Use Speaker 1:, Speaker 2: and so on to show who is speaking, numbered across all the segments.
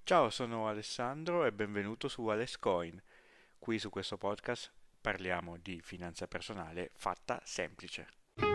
Speaker 1: Ciao, sono Alessandro e benvenuto su Alescoin. Qui su questo podcast parliamo di finanza personale fatta semplice.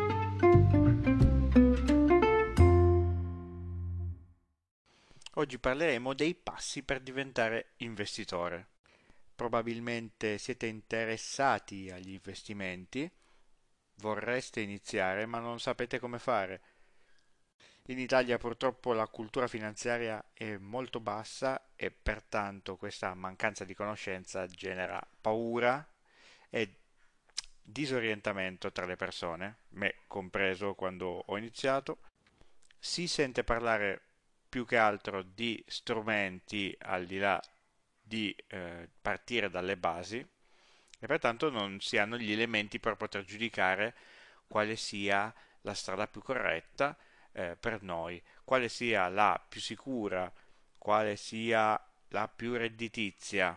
Speaker 1: Oggi parleremo dei passi per diventare investitore. Probabilmente siete interessati agli investimenti, vorreste iniziare ma non sapete come fare. In Italia purtroppo la cultura finanziaria è molto bassa e pertanto questa mancanza di conoscenza genera paura e disorientamento tra le persone, me compreso quando ho iniziato. Si sente parlare più che altro di strumenti al di là di partire dalle basi e pertanto non si hanno gli elementi per poter giudicare quale sia la strada più corretta per noi, quale sia la più sicura, quale sia la più redditizia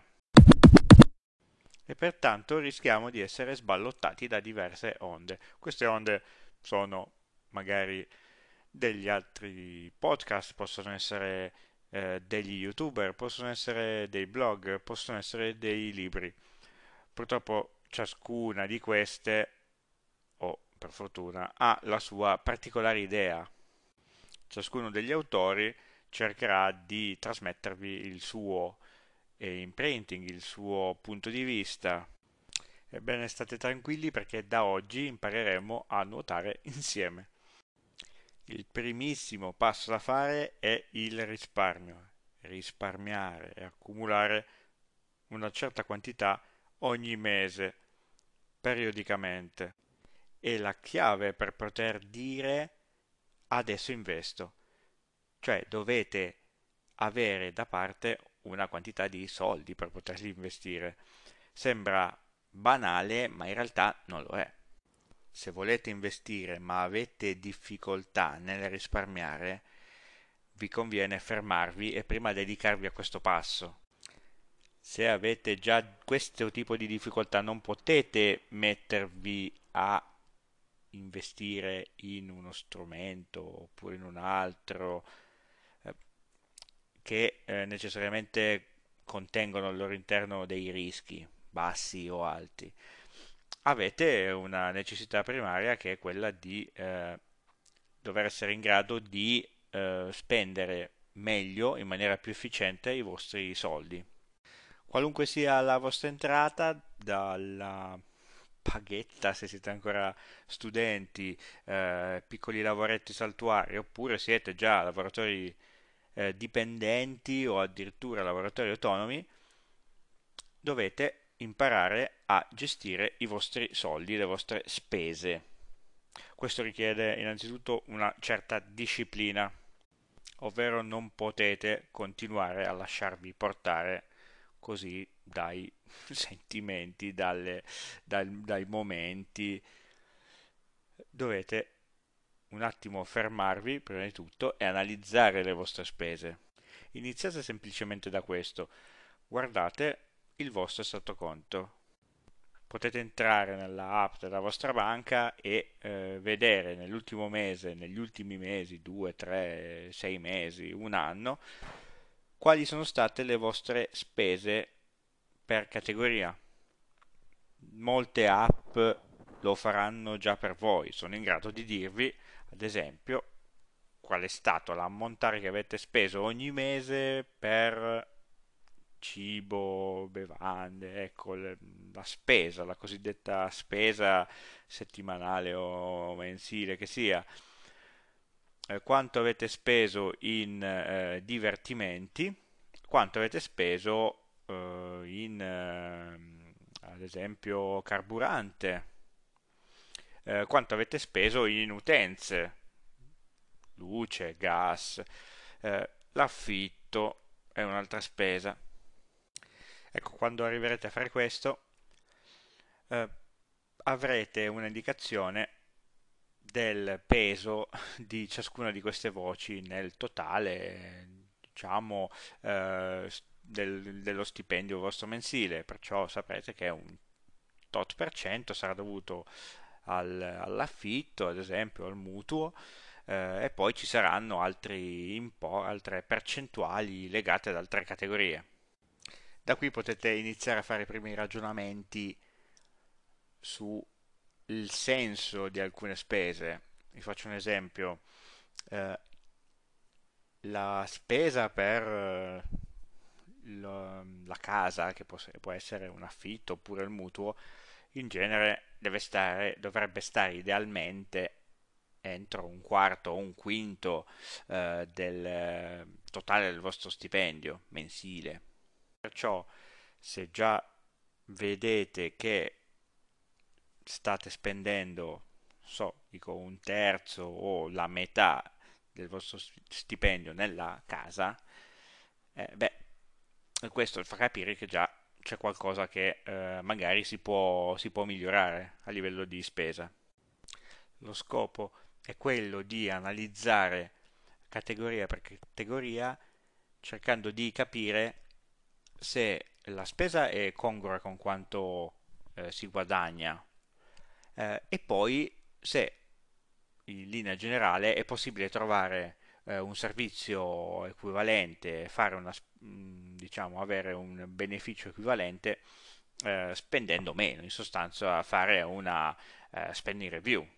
Speaker 1: e pertanto rischiamo di essere sballottati da diverse onde. Queste onde sono magari degli altri podcast, possono essere degli youtuber, possono essere dei blog, possono essere dei libri. Purtroppo ciascuna di queste, o per fortuna, ha la sua particolare idea. Ciascuno degli autori cercherà di trasmettervi il suo imprinting, il suo punto di vista. Ebbene, state tranquilli perché da oggi impareremo a nuotare insieme. Il primissimo passo da fare è il risparmio. Risparmiare e accumulare una certa quantità ogni mese, periodicamente. È la chiave per poter dire adesso investo. Cioè dovete avere da parte una quantità di soldi per poterli investire. Sembra banale, ma in realtà non lo è. Se volete investire ma avete difficoltà nel risparmiare, vi conviene fermarvi e prima dedicarvi a questo passo. Se avete già questo tipo di difficoltà, non potete mettervi a investire in uno strumento oppure in un altro eh, che necessariamente contengono al loro interno dei rischi, bassi o alti. Avete una necessità primaria che è quella di dover essere in grado di spendere meglio, in maniera più efficiente, i vostri soldi. Qualunque sia la vostra entrata, dalla paghetta se siete ancora studenti, piccoli lavoretti saltuari, oppure siete già lavoratori dipendenti o addirittura lavoratori autonomi, dovete imparare a gestire i vostri soldi, le vostre spese. Questo richiede innanzitutto una certa disciplina, ovvero non potete continuare a lasciarvi portare così dai sentimenti, dai momenti. Dovete un attimo fermarvi prima di tutto e analizzare le vostre spese. Iniziate semplicemente da questo. Guardate il vostro stato conto. Potete entrare nella app della vostra banca e vedere nell'ultimo mese, negli ultimi mesi, 2, 3, 6 mesi, un anno, quali sono state le vostre spese per categoria. Molte app lo faranno già per voi, sono in grado di dirvi, ad esempio, qual è stato l'ammontare che avete speso ogni mese per cibo, bevande, ecco, la spesa, la cosiddetta spesa settimanale o mensile che sia, quanto avete speso in divertimenti, quanto avete speso in, ad esempio, carburante, quanto avete speso in utenze, luce, gas, l'affitto è un'altra spesa. Ecco, quando arriverete a fare questo, eh, avrete un'indicazione del peso di ciascuna di queste voci nel totale, diciamo, dello stipendio vostro mensile, perciò saprete che un tot per cento sarà dovuto all'affitto, ad esempio, al mutuo, e poi ci saranno altre percentuali legate ad altre categorie. Da qui potete iniziare a fare i primi ragionamenti sul senso di alcune spese. Vi faccio un esempio. Eh, la spesa per la casa, che può essere un affitto oppure il mutuo, in genere dovrebbe stare idealmente entro un quarto o un quinto del totale del vostro stipendio mensile. Perciò, se già vedete che state spendendo, dico un terzo o la metà del vostro stipendio nella casa, beh, questo fa capire che già c'è qualcosa che magari si può migliorare a livello di spesa. Lo scopo è quello di analizzare categoria per categoria, cercando di capire se la spesa è congrua con quanto si guadagna, e poi se in linea generale è possibile trovare un servizio equivalente, diciamo, avere un beneficio equivalente spendendo meno, in sostanza fare una spending review.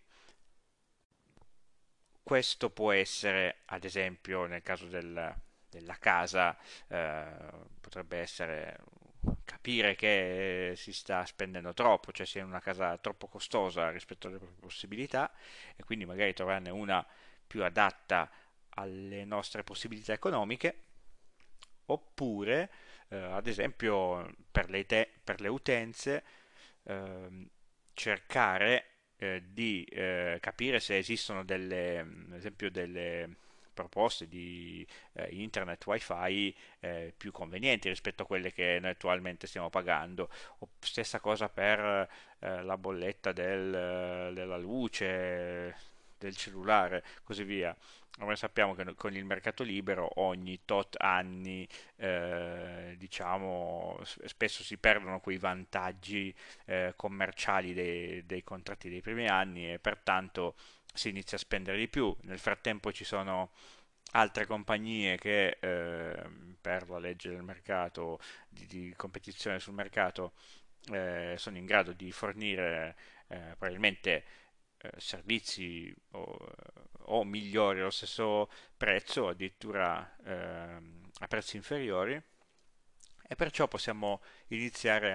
Speaker 1: Questo può essere, ad esempio, nel caso della casa, eh, potrebbe essere capire che si sta spendendo troppo, cioè si è in una casa troppo costosa rispetto alle proprie possibilità e quindi magari trovarne una più adatta alle nostre possibilità economiche, oppure, ad esempio, per le utenze, ehm, cercare di capire se esistono ad esempio delle proposte di internet wifi più convenienti rispetto a quelle che noi attualmente stiamo pagando. O stessa cosa per la bolletta della luce, del cellulare, così via. Noi sappiamo che con il mercato libero ogni tot anni, diciamo, spesso si perdono quei vantaggi commerciali dei contratti dei primi anni e pertanto si inizia a spendere di più. Nel frattempo ci sono altre compagnie che per la legge del mercato, di competizione sul mercato, sono in grado di fornire probabilmente servizi o migliori allo stesso prezzo, addirittura a prezzi inferiori, e perciò possiamo iniziare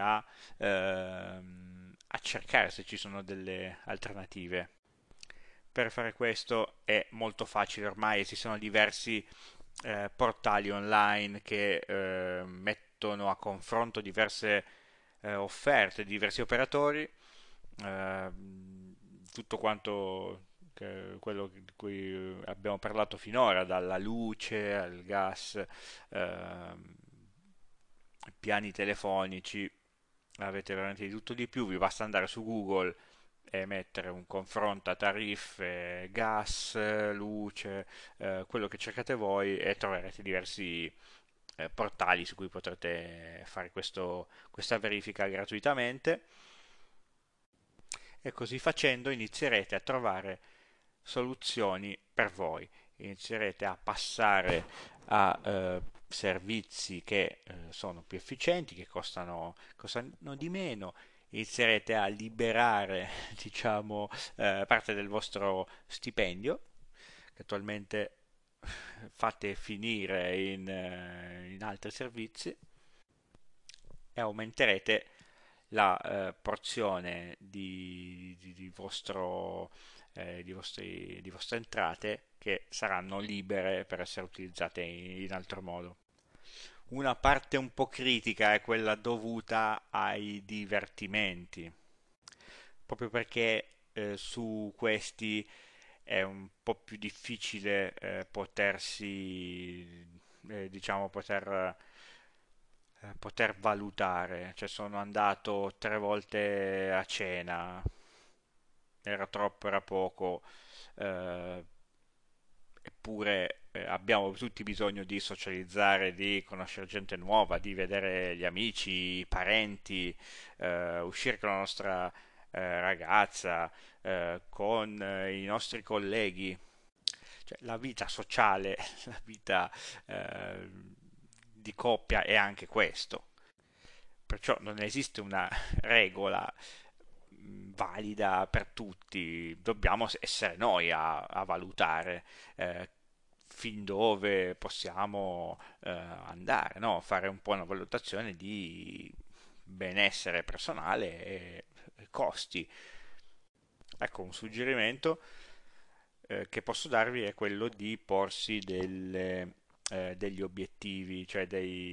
Speaker 1: a cercare se ci sono delle alternative. Per fare questo è molto facile, ormai esistono diversi portali online che mettono a confronto diverse offerte di diversi operatori, eh, tutto quanto quello di cui abbiamo parlato finora, dalla luce al gas, ehm, piani telefonici, avete veramente di tutto di più, vi basta andare su Google e mettere un confronto a tariffe, gas, luce, quello che cercate voi e troverete diversi portali su cui potrete fare questa verifica gratuitamente e così facendo inizierete a trovare soluzioni per voi, inizierete a passare a servizi che sono più efficienti, che costano di meno, inizierete a liberare, diciamo, parte del vostro stipendio, che attualmente fate finire in altri servizi, e aumenterete la porzione di vostre entrate che saranno libere per essere utilizzate in altro modo. Una parte un po' critica è quella dovuta ai divertimenti, proprio perché su questi è un po' più difficile diciamo, poter valutare. Cioè, sono andato 3 volte a cena, era troppo, era poco, eh, eppure abbiamo tutti bisogno di socializzare, di conoscere gente nuova, di vedere gli amici, i parenti, uscire con la nostra ragazza, con i nostri colleghi. Cioè, la vita sociale, la vita eh, di coppia è anche questo. Perciò non esiste una regola valida per tutti, dobbiamo essere noi a valutare eh, fin dove possiamo andare, no? Fare un po' una valutazione di benessere personale e costi. Ecco, un suggerimento che posso darvi è quello di porsi degli obiettivi, cioè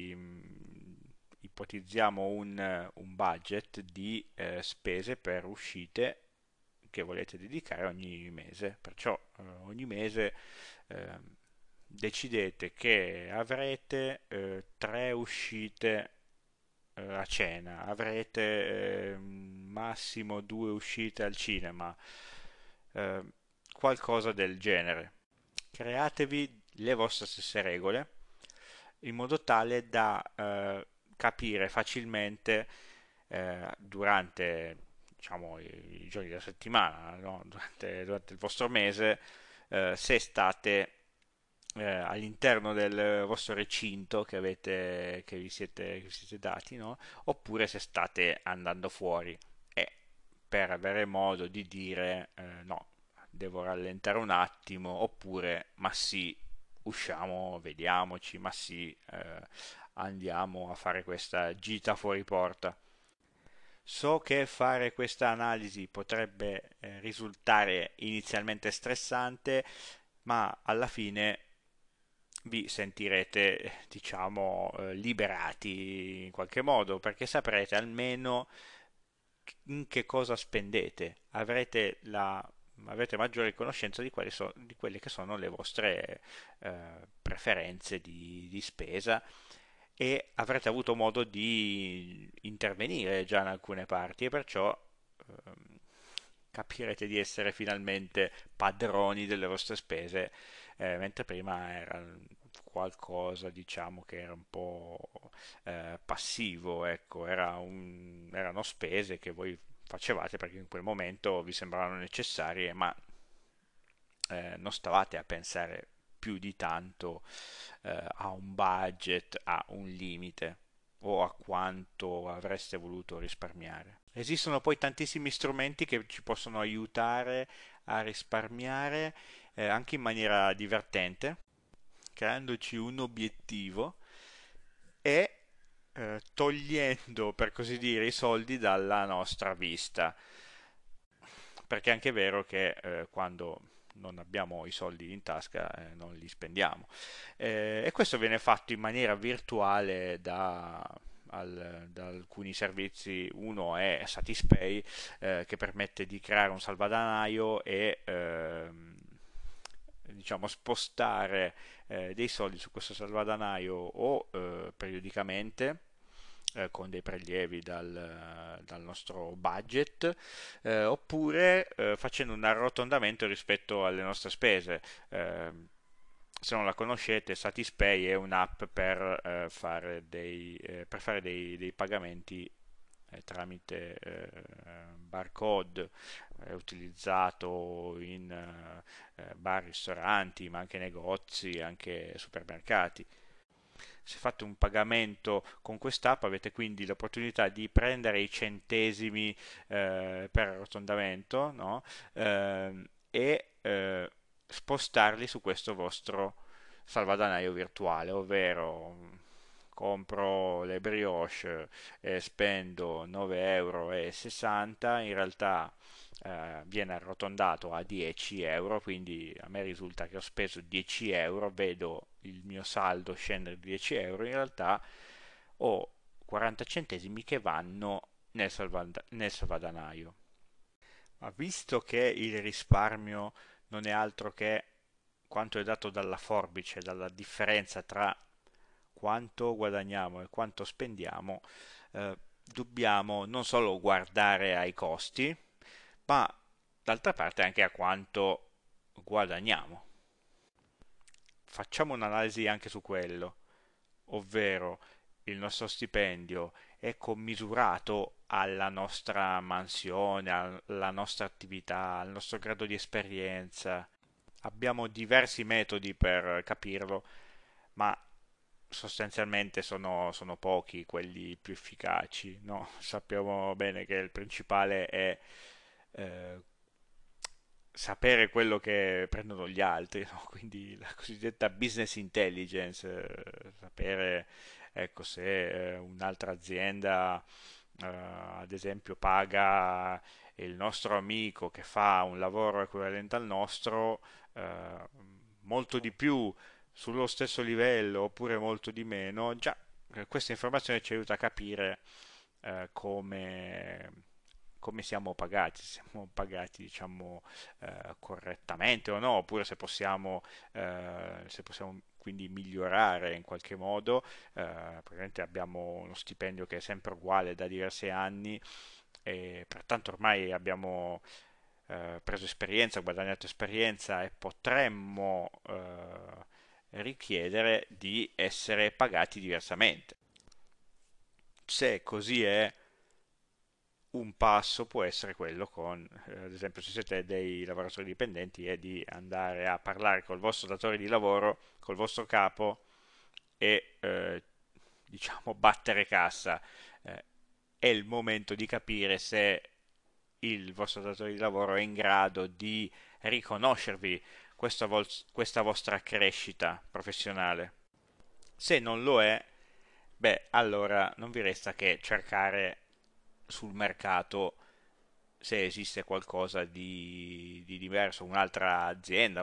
Speaker 1: ipotizziamo un budget di spese per uscite che volete dedicare ogni mese. Perciò ogni mese eh, decidete che avrete tre uscite a cena, avrete massimo due uscite al cinema, eh, qualcosa del genere. Createvi le vostre stesse regole in modo tale da capire facilmente durante diciamo, i giorni della settimana, no? Durante il vostro mese, se state all'interno del vostro recinto che vi siete dati, no? Oppure se state andando fuori e per avere modo di dire no, devo rallentare un attimo, oppure ma sì, usciamo, vediamoci, ma sì, andiamo a fare questa gita fuori porta. So che fare questa analisi potrebbe risultare inizialmente stressante, ma alla fine vi sentirete, diciamo, liberati in qualche modo, perché saprete almeno in che cosa spendete, avrete maggiore conoscenza di quelle che sono le vostre preferenze di spesa e avrete avuto modo di intervenire già in alcune parti e perciò ehm, capirete di essere finalmente padroni delle vostre spese, mentre prima era qualcosa, diciamo, che era un po' passivo, ecco, erano spese che voi facevate perché in quel momento vi sembravano necessarie, ma non stavate a pensare più di tanto a un budget, a un limite o a quanto avreste voluto risparmiare. Esistono poi tantissimi strumenti che ci possono aiutare a risparmiare anche in maniera divertente, creandoci un obiettivo e togliendo, per così dire, i soldi dalla nostra vista. Perché è anche vero che quando non abbiamo i soldi in tasca non li spendiamo. E questo viene fatto in maniera virtuale da alcuni servizi. Uno è Satispay, che permette di creare un salvadanaio e diciamo spostare dei soldi su questo salvadanaio o periodicamente con dei prelievi dal nostro budget, oppure facendo un arrotondamento rispetto alle nostre spese. Se non la conoscete, Satispay è un'app per fare dei pagamenti tramite barcode, è utilizzato in bar, ristoranti, ma anche negozi, anche supermercati. Se fate un pagamento con quest'app avete quindi l'opportunità di prendere i centesimi per arrotondamento, no? E spostarli su questo vostro salvadanaio virtuale, ovvero compro le brioche e spendo 9,60 euro, in realtà viene arrotondato a 10 euro, quindi a me risulta che ho speso 10 euro, vedo il mio saldo scendere di 10 euro, in realtà ho 40 centesimi che vanno nel salvadanaio. Ma visto che il risparmio non è altro che quanto è dato dalla forbice, dalla differenza tra quanto guadagniamo e quanto spendiamo, dobbiamo non solo guardare ai costi, ma d'altra parte anche a quanto guadagniamo. Facciamo un'analisi anche su quello, ovvero il nostro stipendio è commisurato alla nostra mansione, alla nostra attività, al nostro grado di esperienza, Abbiamo diversi metodi per capirlo, ma sostanzialmente sono pochi quelli più efficaci, no? Sappiamo bene che il principale è eh, sapere quello che prendono gli altri, no? Quindi la cosiddetta business intelligence, sapere ecco, se un'altra azienda ad esempio paga il nostro amico che fa un lavoro equivalente al nostro eh, molto di più sullo stesso livello oppure molto di meno, già questa informazione ci aiuta a capire come siamo pagati, se siamo pagati diciamo correttamente o no, oppure se possiamo quindi migliorare in qualche modo. Praticamente abbiamo uno stipendio che è sempre uguale da diversi anni e pertanto ormai abbiamo preso esperienza, guadagnato esperienza e potremmo richiedere di essere pagati diversamente. Se così è, un passo può essere quello con, ad esempio, se siete dei lavoratori dipendenti, è di andare a parlare col vostro datore di lavoro, col vostro capo e diciamo battere cassa. Eh, è il momento di capire se il vostro datore di lavoro è in grado di riconoscervi questa vostra crescita professionale. Se non lo è, beh, allora non vi resta che cercare sul mercato se esiste qualcosa di diverso, un'altra azienda,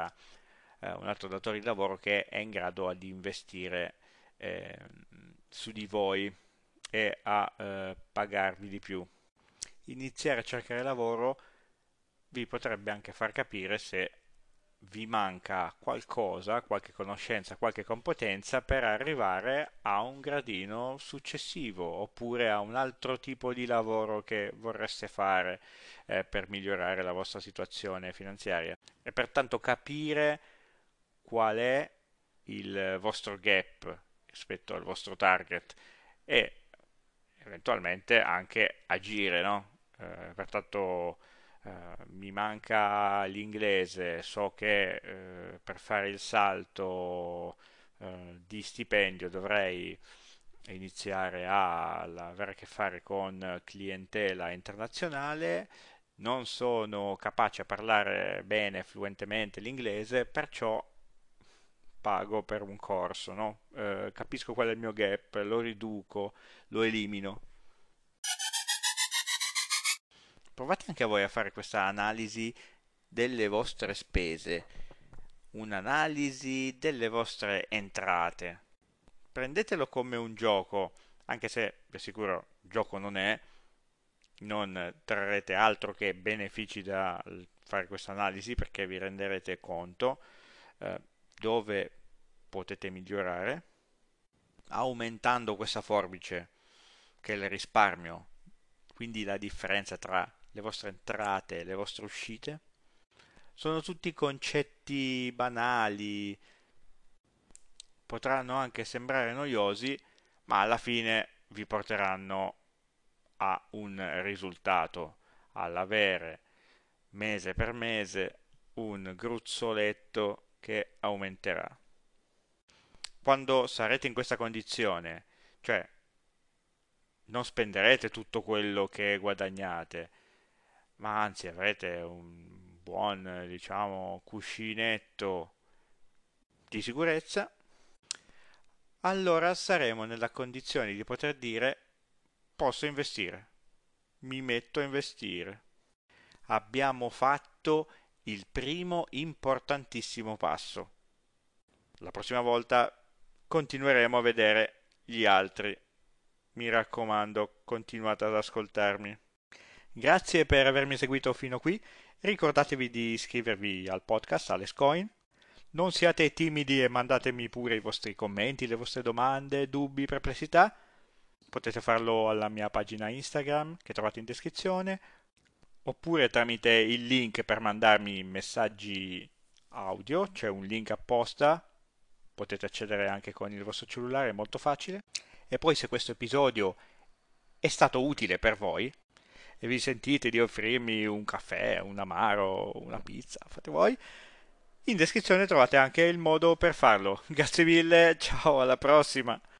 Speaker 1: un altro datore di lavoro che è in grado di investire eh, su di voi e a pagarvi di più. Iniziare a cercare lavoro vi potrebbe anche far capire se vi manca qualcosa, qualche conoscenza, qualche competenza per arrivare a un gradino successivo oppure a un altro tipo di lavoro che vorreste fare per migliorare la vostra situazione finanziaria e pertanto capire qual è il vostro gap rispetto al vostro target e eventualmente anche agire, no? Pertanto mi manca l'inglese, so che per fare il salto di stipendio dovrei iniziare avere a che fare con clientela internazionale, non sono capace a parlare bene, fluentemente l'inglese, perciò pago per un corso, no? Capisco qual è il mio gap, lo riduco, lo elimino. Provate anche a voi a fare questa analisi delle vostre spese, un'analisi delle vostre entrate. Prendetelo come un gioco, anche se vi assicuro gioco non è, non trarrete altro che benefici da fare questa analisi perché vi renderete conto eh, dove potete migliorare aumentando questa forbice che è il risparmio, quindi la differenza tra le vostre entrate e le vostre uscite. Sono tutti concetti banali, potranno anche sembrare noiosi, ma alla fine vi porteranno a un risultato, all'avere mese per mese un gruzzoletto che aumenterà. Quando sarete in questa condizione, cioè non spenderete tutto quello che guadagnate, ma anzi avrete un buon, diciamo, cuscinetto di sicurezza, allora saremo nella condizione di poter dire posso investire, mi metto a investire. Abbiamo fatto il primo importantissimo passo. La prossima volta continueremo a vedere gli altri. Mi raccomando, continuate ad ascoltarmi. Grazie per avermi seguito fino qui. Ricordatevi di iscrivervi al podcast Alex Coin. Non siate timidi e mandatemi pure i vostri commenti, le vostre domande, dubbi, perplessità. Potete farlo alla mia pagina Instagram che trovate in descrizione, oppure tramite il link per mandarmi messaggi audio, c'è un link apposta, potete accedere anche con il vostro cellulare, è molto facile. E poi se questo episodio è stato utile per voi e vi sentite di offrirmi un caffè, un amaro, una pizza, fate voi, In descrizione trovate anche il modo per farlo. Grazie mille, ciao, alla prossima!